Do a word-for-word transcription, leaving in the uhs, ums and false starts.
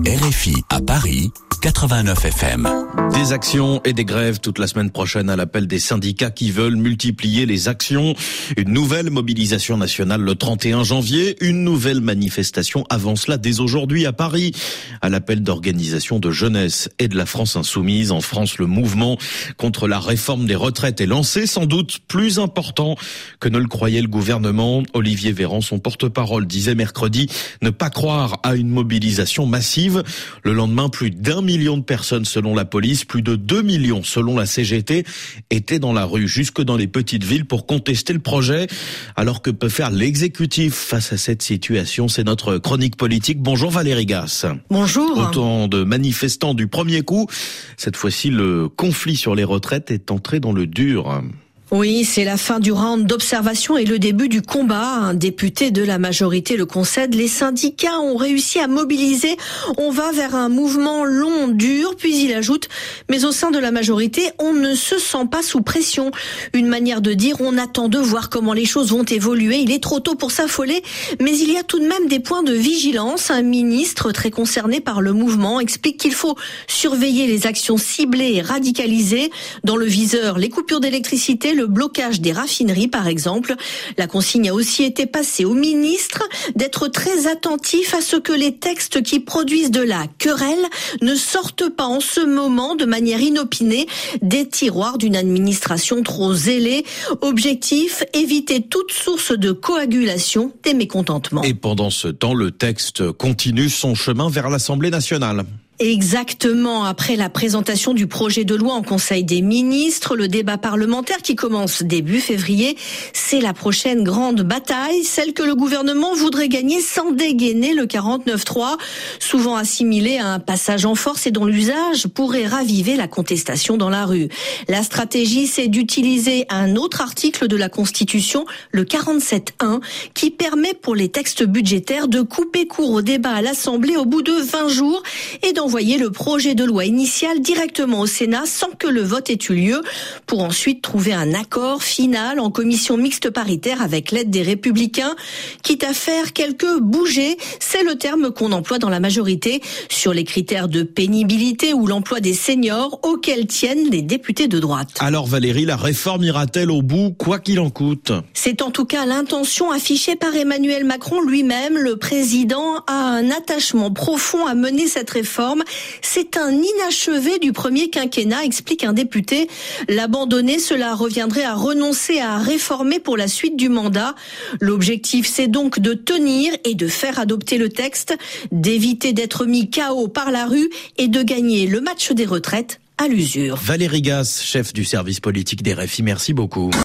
R F I à Paris, quatre-vingt-neuf F M. Des actions et des grèves toute la semaine prochaine à l'appel des syndicats qui veulent multiplier les actions. Une nouvelle mobilisation nationale le trente et un janvier. Une nouvelle manifestation avant cela dès aujourd'hui à Paris. À l'appel d'organisations de jeunesse et de la France insoumise. En France, le mouvement contre la réforme des retraites est lancé, sans doute plus important que ne le croyait le gouvernement. Olivier Véran, son porte-parole, disait mercredi ne pas croire à une mobilisation massive. Le lendemain, plus d'un million de personnes selon la police, plus de deux millions selon la C G T, étaient dans la rue, jusque dans les petites villes, pour contester le projet. Alors que peut faire l'exécutif face à cette situation? C'est notre chronique politique. Bonjour Valérie Gasse. Bonjour. Autant de manifestants du premier coup. Cette fois-ci, le conflit sur les retraites est entré dans le dur. Oui, c'est la fin du round d'observation et le début du combat. Un député de la majorité le concède. Les syndicats ont réussi à mobiliser. On va vers un mouvement long, dur. Puis il ajoute, mais au sein de la majorité, on ne se sent pas sous pression. Une manière de dire, on attend de voir comment les choses vont évoluer. Il est trop tôt pour s'affoler, mais il y a tout de même des points de vigilance. Un ministre très concerné par le mouvement explique qu'il faut surveiller les actions ciblées et radicalisées. Dans le viseur, les coupures d'électricité, le blocage des raffineries par exemple. La consigne a aussi été passée au ministre d'être très attentif à ce que les textes qui produisent de la querelle ne sortent pas en ce moment de manière inopinée des tiroirs d'une administration trop zélée. Objectif, éviter toute source de coagulation des mécontentements. Et pendant ce temps, le texte continue son chemin vers l'Assemblée nationale. Exactement. Après la présentation du projet de loi en Conseil des ministres, le débat parlementaire qui commence début février, c'est la prochaine grande bataille, celle que le gouvernement voudrait gagner sans dégainer le quarante-neuf trois, souvent assimilé à un passage en force et dont l'usage pourrait raviver la contestation dans la rue. La stratégie, c'est d'utiliser un autre article de la Constitution, le quarante-sept un, qui permet pour les textes budgétaires de couper court au débat à l'Assemblée au bout de vingt jours et d'en envoyer le projet de loi initial directement au Sénat sans que le vote ait eu lieu, pour ensuite trouver un accord final en commission mixte paritaire avec l'aide des Républicains, quitte à faire quelques bougées, c'est le terme qu'on emploie dans la majorité, sur les critères de pénibilité ou l'emploi des seniors auxquels tiennent les députés de droite. Alors Valérie, la réforme ira-t-elle au bout, quoi qu'il en coûte? C'est en tout cas l'intention affichée par Emmanuel Macron lui-même. Le président a un attachement profond à mener cette réforme. C'est un inachevé du premier quinquennat, explique un député. L'abandonner, cela reviendrait à renoncer à réformer pour la suite du mandat. L'objectif, c'est donc de tenir et de faire adopter le texte, d'éviter d'être mis K O par la rue et de gagner le match des retraites à l'usure. Valérie Gasse, chef du service politique des R F I, merci beaucoup.